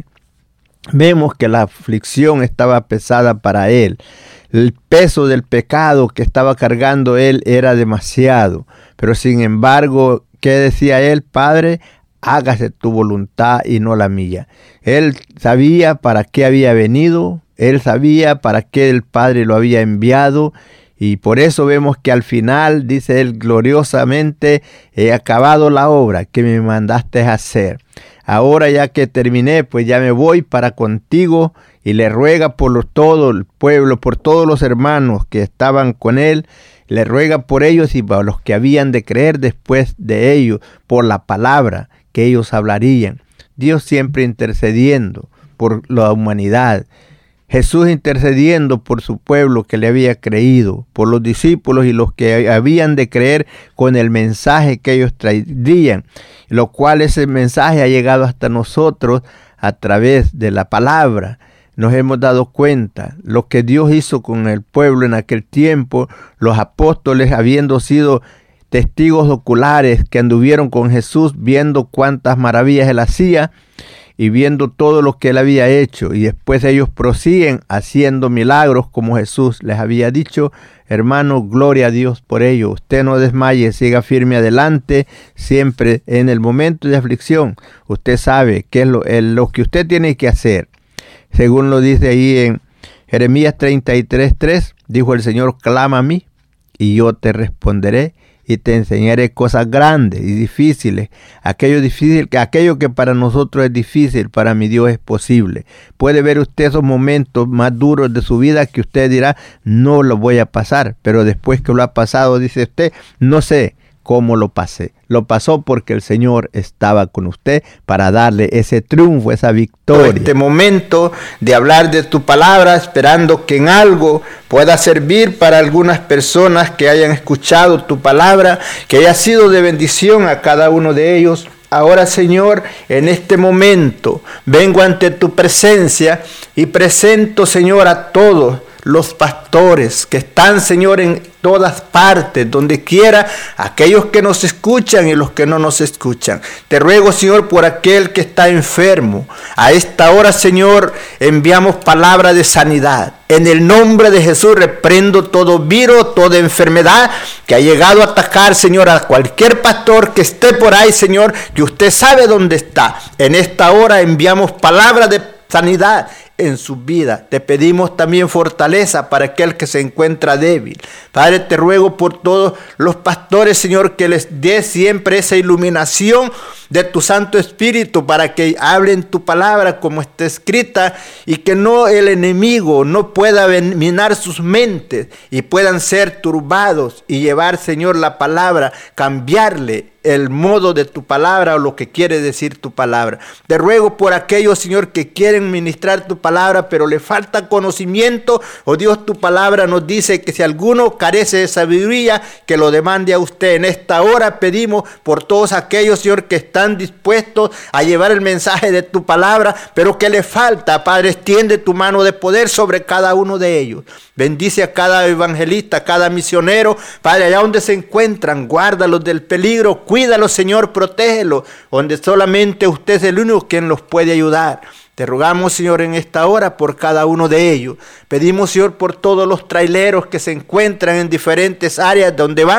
Vemos que la aflicción estaba pesada para Él. El peso del pecado que estaba cargando Él era demasiado. Pero sin embargo, ¿qué decía Él? Padre, hágase tu voluntad y no la mía. Él sabía para qué había venido, él sabía para qué el Padre lo había enviado, y por eso vemos que al final dice él gloriosamente: he acabado la obra que me mandaste a hacer. Ahora ya que terminé, pues ya me voy para contigo. Y le ruega por lo, todo el pueblo, por todos los hermanos que estaban con él. Le ruega por ellos y por los que habían de creer después de ellos, por la palabra que ellos hablarían. Dios siempre intercediendo por la humanidad. Jesús intercediendo por su pueblo que le había creído, por los discípulos y los que habían de creer con el mensaje que ellos traerían, lo cual ese mensaje ha llegado hasta nosotros a través de la palabra. Nos hemos dado cuenta lo que Dios hizo con el pueblo en aquel tiempo, los apóstoles habiendo sido testigos oculares que anduvieron con Jesús, viendo cuántas maravillas Él hacía y viendo todo lo que Él había hecho, y después ellos prosiguen haciendo milagros como Jesús les había dicho. Hermano, gloria a Dios por ello. Usted no desmaye, siga firme adelante, siempre en el momento de aflicción. Usted sabe qué es lo, lo que usted tiene que hacer. Según lo dice ahí en Jeremías treinta y tres, tres, dijo el Señor: clama a mí y yo te responderé y te enseñaré cosas grandes y difíciles. Aquello difícil, aquello que para nosotros es difícil, para mi Dios es posible. Puede ver usted esos momentos más duros de su vida que usted dirá: no lo voy a pasar. Pero después que lo ha pasado, dice usted: no sé cómo lo pasé. Lo pasó porque el Señor estaba con usted para darle ese triunfo, esa victoria. Este momento de hablar de tu palabra, esperando que en algo pueda servir para algunas personas que hayan escuchado tu palabra, que haya sido de bendición a cada uno de ellos. Ahora, Señor, en este momento vengo ante tu presencia y presento, Señor, a todos los pastores que están, Señor, en todas partes, donde quiera, aquellos que nos escuchan y los que no nos escuchan. Te ruego, Señor, por aquel que está enfermo. A esta hora, Señor, enviamos palabra de sanidad. En el nombre de Jesús reprendo todo virus, toda enfermedad que ha llegado a atacar, Señor, a cualquier pastor que esté por ahí, Señor, que usted sabe dónde está. En esta hora enviamos palabra de sanidad en su vida. Te pedimos también fortaleza para aquel que se encuentra débil. Padre, te ruego por todos los pastores, Señor, que les dé siempre esa iluminación de tu Santo Espíritu para que hablen tu palabra como está escrita, y que no el enemigo no pueda minar sus mentes y puedan ser turbados y llevar, Señor, la palabra, cambiarle el modo de tu palabra o lo que quiere decir tu palabra. Te ruego por aquellos, Señor, que quieren ministrar tu palabra, pero le falta conocimiento. Oh Dios, tu palabra nos dice que si alguno carece de sabiduría, que lo demande a usted. En esta hora pedimos por todos aquellos, Señor, que están dispuestos a llevar el mensaje de tu palabra, pero que le falta. Padre, extiende tu mano de poder sobre cada uno de ellos. Bendice a cada evangelista, a cada misionero. Padre, allá donde se encuentran, guárdalos del peligro. Cuídalos, Señor, protégelos, donde solamente usted es el único quien los puede ayudar. Te rogamos, Señor, en esta hora por cada uno de ellos. Pedimos, Señor, por todos los traileros que se encuentran en diferentes áreas donde van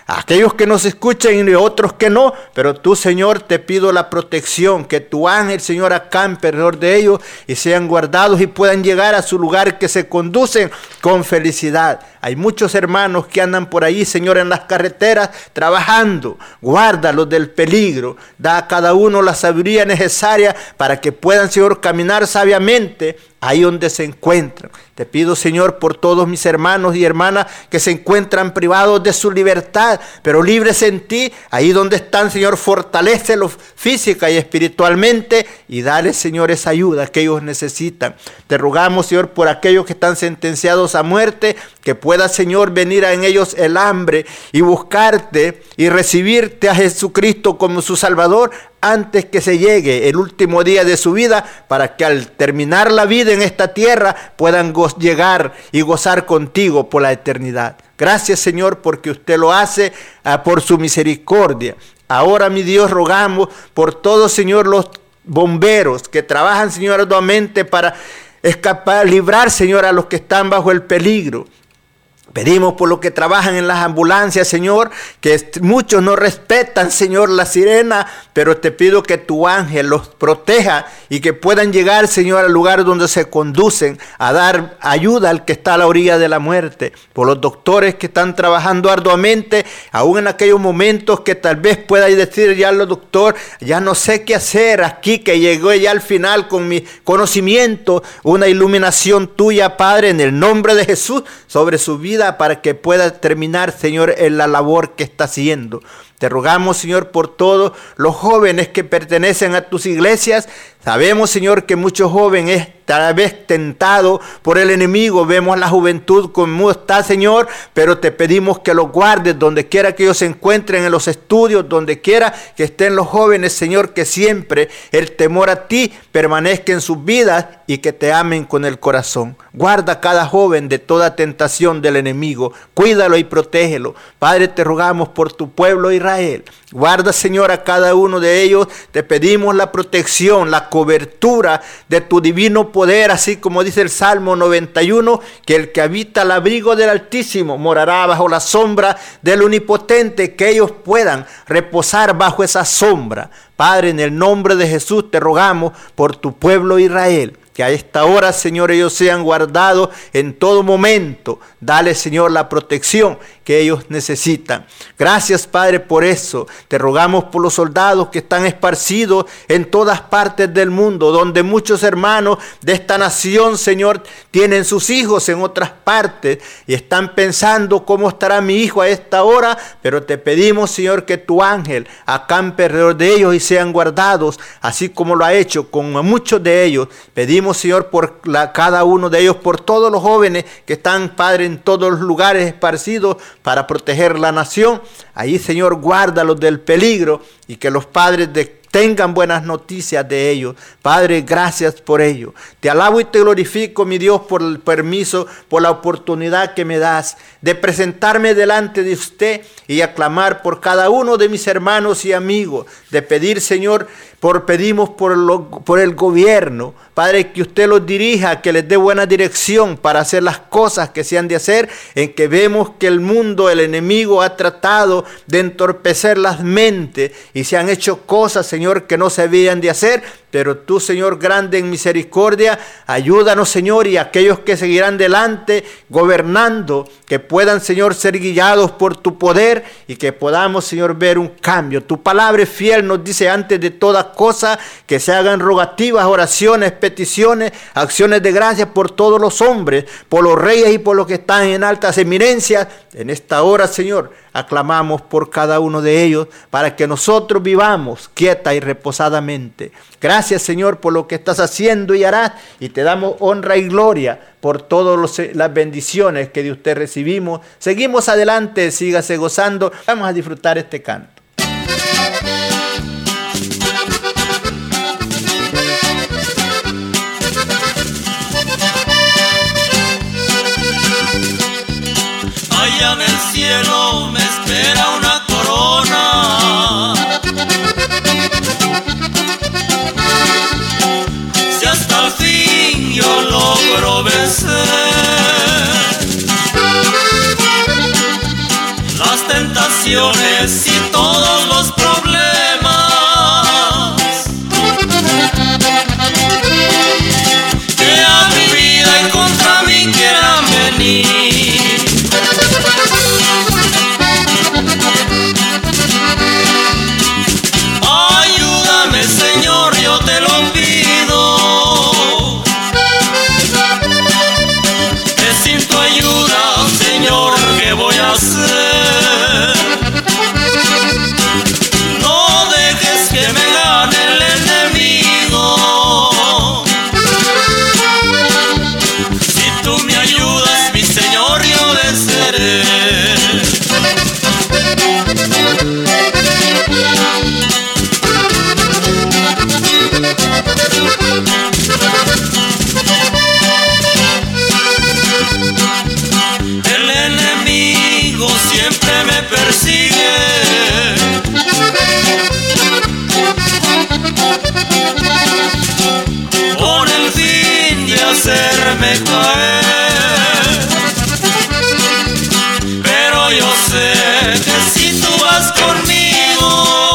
aquellos que nos escuchen y otros que no, pero tú, Señor, te pido la protección, que tu ángel, Señor, acampe alrededor de ellos y sean guardados y puedan llegar a su lugar, que se conducen con felicidad. Hay muchos hermanos que andan por ahí, Señor, en las carreteras trabajando. Guárdalos del peligro. Da a cada uno la sabiduría necesaria para que puedan, Señor, caminar sabiamente ahí donde se encuentran. Te pido, Señor, por todos mis hermanos y hermanas que se encuentran privados de su libertad, pero libres en ti. Ahí donde están, Señor, fortalécelos física y espiritualmente y dale, Señor, esa ayuda que ellos necesitan. Te rogamos, Señor, por aquellos que están sentenciados a muerte, que pueda, Señor, venir en ellos el hambre y buscarte y recibirte a Jesucristo como su Salvador antes que se llegue el último día de su vida, para que al terminar la vida en esta tierra puedan llegar y gozar contigo por la eternidad. Gracias, Señor, porque usted lo hace uh, por su misericordia. Ahora, mi Dios, rogamos por todos, Señor, los bomberos que trabajan, Señor, arduamente para escapar, librar, Señor, a los que están bajo el peligro. Pedimos por los que trabajan en las ambulancias, Señor, que muchos no respetan, Señor, la sirena, pero te pido que tu ángel los proteja y que puedan llegar, Señor, al lugar donde se conducen a dar ayuda al que está a la orilla de la muerte. Por los doctores que están trabajando arduamente, aún en aquellos momentos que tal vez pueda decir ya el doctor, ya no sé qué hacer aquí, que llegó ya al final con mi conocimiento, una iluminación tuya, Padre, en el nombre de Jesús, sobre su vida, para que pueda terminar, Señor, en la labor que está haciendo. Te rogamos, Señor, por todos los jóvenes que pertenecen a tus iglesias. Sabemos, Señor, que muchos jóvenes tal vez tentados por el enemigo. Vemos la juventud como está, Señor, pero te pedimos que los guardes donde quiera que ellos se encuentren, en los estudios, donde quiera que estén los jóvenes, Señor, que siempre el temor a ti permanezca en sus vidas y que te amen con el corazón. Guarda a cada joven de toda tentación del enemigo. Cuídalo y protégelo. Padre, te rogamos por tu pueblo Israel. Guarda, Señor, a cada uno de ellos. Te pedimos la protección, la cobertura de tu divino poder, así como dice el Salmo noventa y uno, que el que habita al abrigo del Altísimo morará bajo la sombra del Omnipotente, que ellos puedan reposar bajo esa sombra. Padre, en el nombre de Jesús te rogamos por tu pueblo Israel. Que a esta hora, Señor, ellos sean guardados en todo momento. Dale, Señor, la protección que ellos necesitan. Gracias, Padre, por eso. Te rogamos por los soldados que están esparcidos en todas partes del mundo, donde muchos hermanos de esta nación, Señor, tienen sus hijos en otras partes y están pensando cómo estará mi hijo a esta hora, pero te pedimos, Señor, que tu ángel acampe alrededor de ellos y sean guardados, así como lo ha hecho con muchos de ellos. Pedimos, Señor, por la, cada uno de ellos, por todos los jóvenes que están, Padre, en todos los lugares esparcidos para proteger la nación. Ahí, Señor, guárdalos del peligro y que los padres de tengan buenas noticias de ellos. Padre, gracias por ello. Te alabo y te glorifico, mi Dios, por el permiso, por la oportunidad que me das de presentarme delante de usted y aclamar por cada uno de mis hermanos y amigos, de pedir, Señor, por pedimos por, lo, por el gobierno, Padre, que usted los dirija, que les dé buena dirección para hacer las cosas que se han de hacer, en que vemos que el mundo, el enemigo ha tratado de entorpecer las mentes y se han hecho cosas, Señor, que no se debían de hacer, pero tú, Señor, grande en misericordia, ayúdanos, Señor, y aquellos que seguirán delante gobernando, que puedan, Señor, ser guiados por tu poder y que podamos, Señor, ver un cambio. Tu palabra es fiel, nos dice antes de toda cosa que se hagan rogativas, oraciones, peticiones, acciones de gracias por todos los hombres, por los reyes y por los que están en altas eminencias. En esta hora, Señor, aclamamos por cada uno de ellos para que nosotros vivamos quieta y reposadamente. Gracias, Señor, por lo que estás haciendo y harás, y te damos honra y gloria por todas las bendiciones que de usted recibimos. Seguimos adelante, sígase gozando. Vamos a disfrutar este canto. Allá en el cielo me espera una corona. Si hasta el fin yo logro vencer las tentaciones tribulaciones y todos los problemas que a mi vida y contra mí quieran venir. Ayúdame, Señor, yo te lo pido, que sin tu ayuda, Señor, ¿qué voy a hacer? No dejes que me gane el enemigo. Si tú me ayudas, mi Señor, yo venceré. El enemigo siempre me persigue, con el fin de hacerme caer. Pero yo sé que si tú vas conmigo,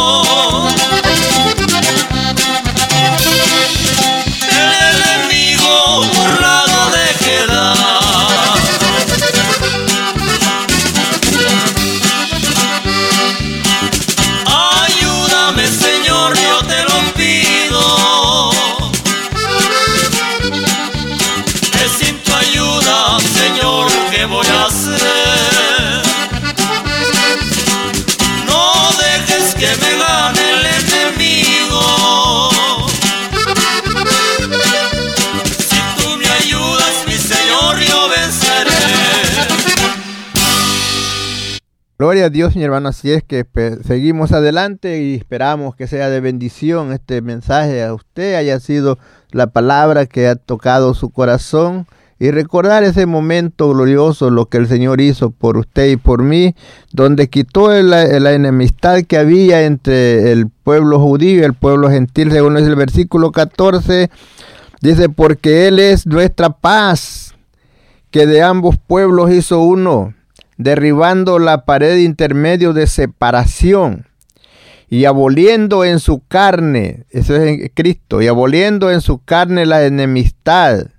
el enemigo burlado de quedar. Ayúdame, Señor, yo te lo pido, que sin tu ayuda, Señor, ¿qué voy a hacer? No dejes que me gane el enemigo. Si tú me ayudas, mi Señor, yo venceré. Gloria a Dios, mi hermano. Así es que pues, seguimos adelante y esperamos que sea de bendición este mensaje a usted, haya sido la palabra que ha tocado su corazón, y recordar ese momento glorioso, lo que el Señor hizo por usted y por mí, donde quitó la, la enemistad que había entre el pueblo judío y el pueblo gentil, según es el versículo catorce. Dice, porque Él es nuestra paz, que de ambos pueblos hizo uno, derribando la pared intermedio de separación, y aboliendo en su carne, eso es en Cristo, y aboliendo en su carne la enemistad.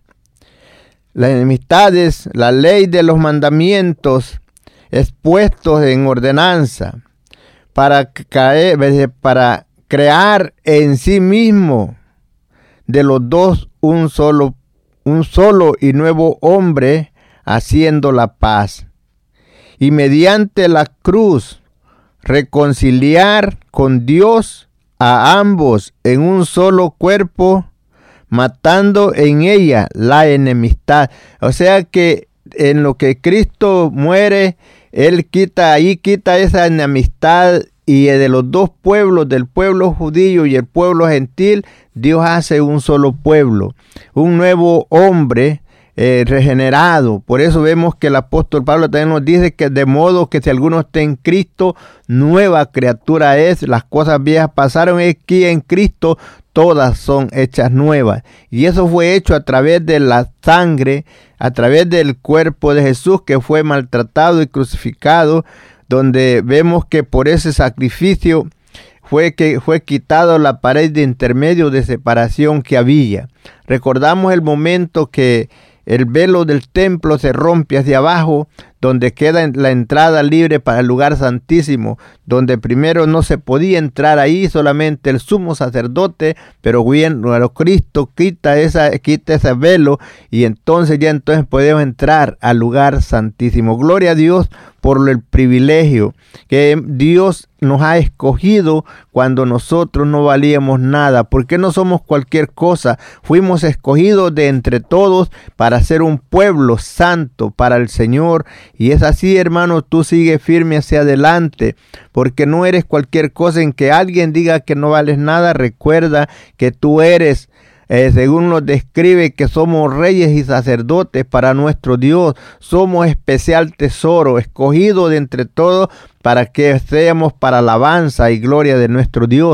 La enemistad es la ley de los mandamientos expuestos en ordenanza, para, caer, para crear en sí mismo de los dos un solo, un solo y nuevo hombre, haciendo la paz, y mediante la cruz reconciliar con Dios a ambos en un solo cuerpo, matando en ella la enemistad. O sea que en lo que Cristo muere, Él quita, ahí quita esa enemistad, y de los dos pueblos, del pueblo judío y el pueblo gentil, Dios hace un solo pueblo, un nuevo hombre, Eh, regenerado. Por eso vemos que el apóstol Pablo también nos dice que de modo que si alguno está en Cristo, nueva criatura es, las cosas viejas pasaron, y aquí en Cristo todas son hechas nuevas. Y eso fue hecho a través de la sangre, a través del cuerpo de Jesús, que fue maltratado y crucificado, donde vemos que por ese sacrificio fue que fue quitado la pared de intermedio de separación que había. Recordamos el momento que el velo del templo se rompe hacia abajo, donde queda la entrada libre para el lugar santísimo, donde primero no se podía entrar ahí, solamente el sumo sacerdote, pero bien, bueno, Cristo quita, esa, quita ese velo, y entonces ya entonces podemos entrar al lugar santísimo. Gloria a Dios por el privilegio que Dios nos ha escogido cuando nosotros no valíamos nada, porque no somos cualquier cosa. Fuimos escogidos de entre todos para ser un pueblo santo para el Señor, y es así, hermano. Tú sigue firme hacia adelante, porque no eres cualquier cosa. En que alguien diga que no vales nada, recuerda que tú eres, Eh, según nos describe, que somos reyes y sacerdotes para nuestro Dios. Somos especial tesoro, escogido de entre todos, para que seamos para alabanza y gloria de nuestro Dios.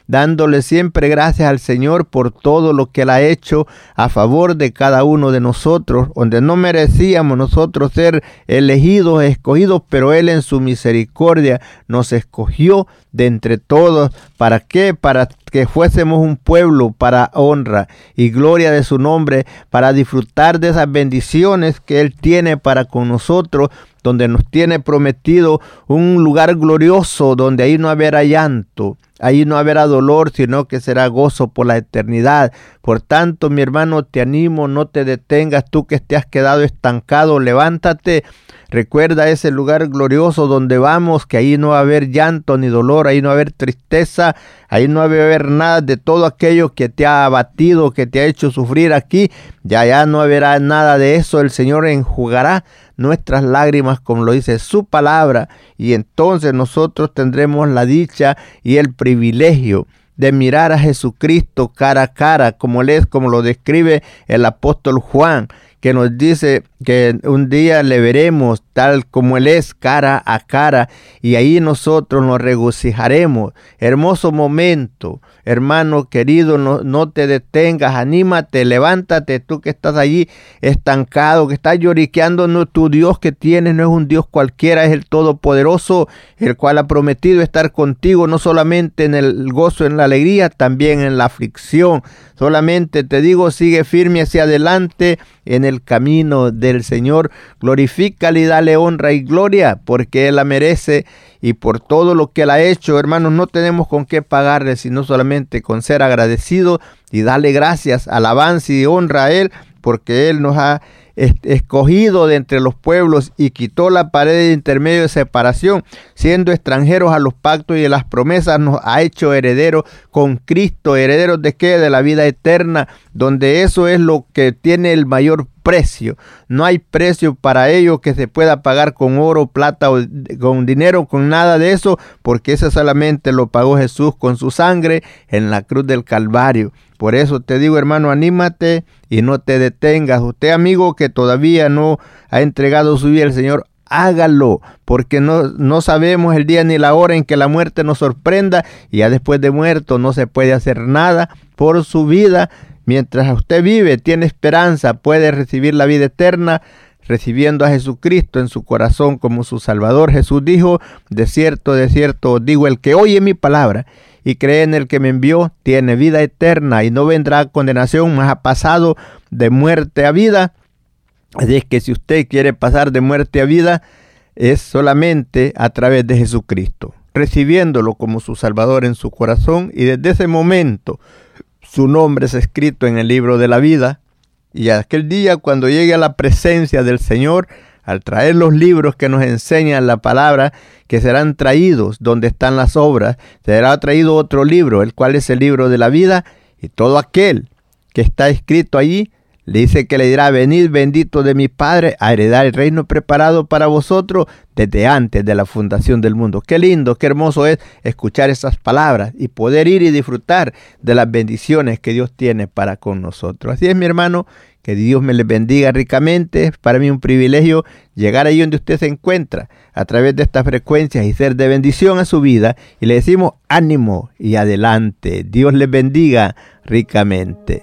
dándole siempre gracias al Señor por todo lo que Él ha hecho a favor de cada uno de nosotros, donde no merecíamos nosotros ser elegidos, escogidos, pero Él en su misericordia nos escogió de entre todos. ¿Para qué? Para que fuésemos un pueblo para honra y gloria de su nombre, para disfrutar de esas bendiciones que Él tiene para con nosotros, donde nos tiene prometido un lugar glorioso, donde ahí no habrá llanto, ahí no habrá dolor, sino que será gozo por la eternidad. Por tanto, mi hermano, te animo, no te detengas, tú que te has quedado estancado, levántate. Recuerda ese lugar glorioso donde vamos, que ahí no va a haber llanto ni dolor, ahí no va a haber tristeza, ahí no va a haber nada de todo aquello que te ha abatido, que te ha hecho sufrir aquí. Ya, ya no habrá nada de eso. El Señor enjugará nuestras lágrimas, como lo dice su palabra, y entonces nosotros tendremos la dicha y el privilegio de mirar a Jesucristo cara a cara, como él es, como lo describe el apóstol Juan, que nos dice que un día le veremos tal como Él es, cara a cara, y ahí nosotros nos regocijaremos. Hermoso momento, hermano querido, no, no te detengas, anímate, levántate, tú que estás allí estancado, que estás lloriqueando. No, tu Dios que tienes no es un Dios cualquiera, es el Todopoderoso, el cual ha prometido estar contigo, no solamente en el gozo, en la alegría, también en la aflicción. Solamente te digo, sigue firme hacia adelante en el camino del Señor, glorifícale y dale honra y gloria, porque Él la merece, y por todo lo que Él ha hecho, hermanos, no tenemos con qué pagarle, sino solamente con ser agradecidos y darle gracias, alabanza y honra a Él, porque Él nos ha escogido de entre los pueblos y quitó la pared de intermedio de separación, siendo extranjeros a los pactos y de las promesas, nos ha hecho herederos con Cristo. ¿Herederos de qué? De la vida eterna, donde eso es lo que tiene el mayor precio. No hay precio para ello que se pueda pagar con oro, plata o con dinero, con nada de eso, porque eso solamente lo pagó Jesús con su sangre en la cruz del Calvario. Por eso te digo, hermano, anímate y no te detengas. Usted, amigo, que todavía no ha entregado su vida al Señor, hágalo, porque no, no sabemos el día ni la hora en que la muerte nos sorprenda, y ya después de muerto no se puede hacer nada por su vida. Mientras usted vive, tiene esperanza, puede recibir la vida eterna, recibiendo a Jesucristo en su corazón como su Salvador. Jesús dijo: de cierto, de cierto os digo, el que oye mi palabra y cree en el que me envió, tiene vida eterna y no vendrá condenación, mas ha pasado de muerte a vida. Así es que si usted quiere pasar de muerte a vida, es solamente a través de Jesucristo, recibiéndolo como su Salvador en su corazón, y desde ese momento su nombre es escrito en el libro de la vida. Y aquel día, cuando llegue a la presencia del Señor, al traer los libros que nos enseñan la palabra, que serán traídos donde están las obras, será traído otro libro, el cual es el libro de la vida, y todo aquel que está escrito allí, le dice que le dirá: venid bendito de mi Padre a heredar el reino preparado para vosotros desde antes de la fundación del mundo. Qué lindo, qué hermoso es escuchar esas palabras y poder ir y disfrutar de las bendiciones que Dios tiene para con nosotros. Así es, mi hermano, que Dios me les bendiga ricamente. Es para mí un privilegio llegar ahí donde usted se encuentra a través de estas frecuencias y ser de bendición a su vida. Y le decimos ánimo y adelante. Dios les bendiga ricamente.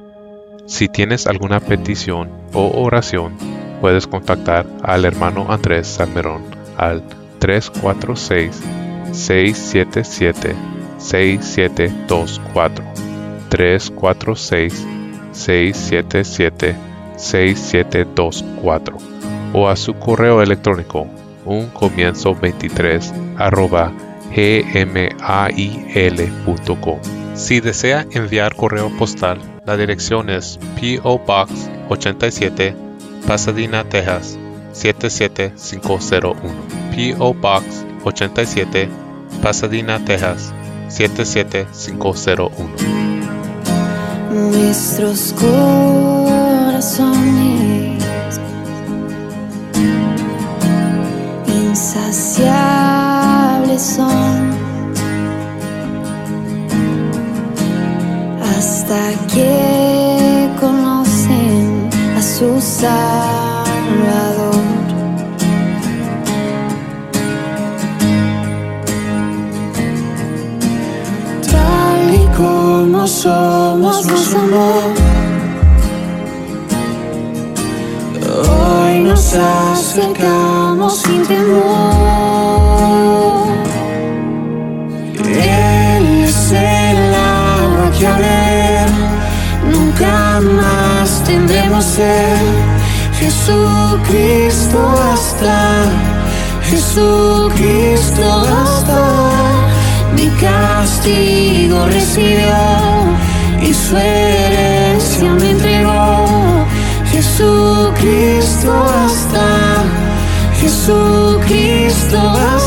Si tienes alguna petición o oración, puedes contactar al hermano Andrés Salmerón al tres cuatro seis, seis siete siete, seis siete dos cuatro, tres cuatro seis, seis siete siete, seis siete dos cuatro, o a su correo electrónico un comienzo veintitrés arroba gmail punto com. Si desea enviar correo postal, la dirección es P O Box ochenta y siete, Pasadena, Texas siete siete cinco cero uno. P O Box ochenta y siete, Pasadena, Texas siete siete cinco cero uno. Nuestros corazones insaciables son hasta que conocen a su Salvador. Trae como somos nos amó. Hoy nos acercamos sin temor. Él es el agua que al beber nunca más tendremos sed. Jesucristo basta, Jesucristo basta. Mi castigo recibió y su herencia me entregó. Jesucristo basta, Jesucristo basta.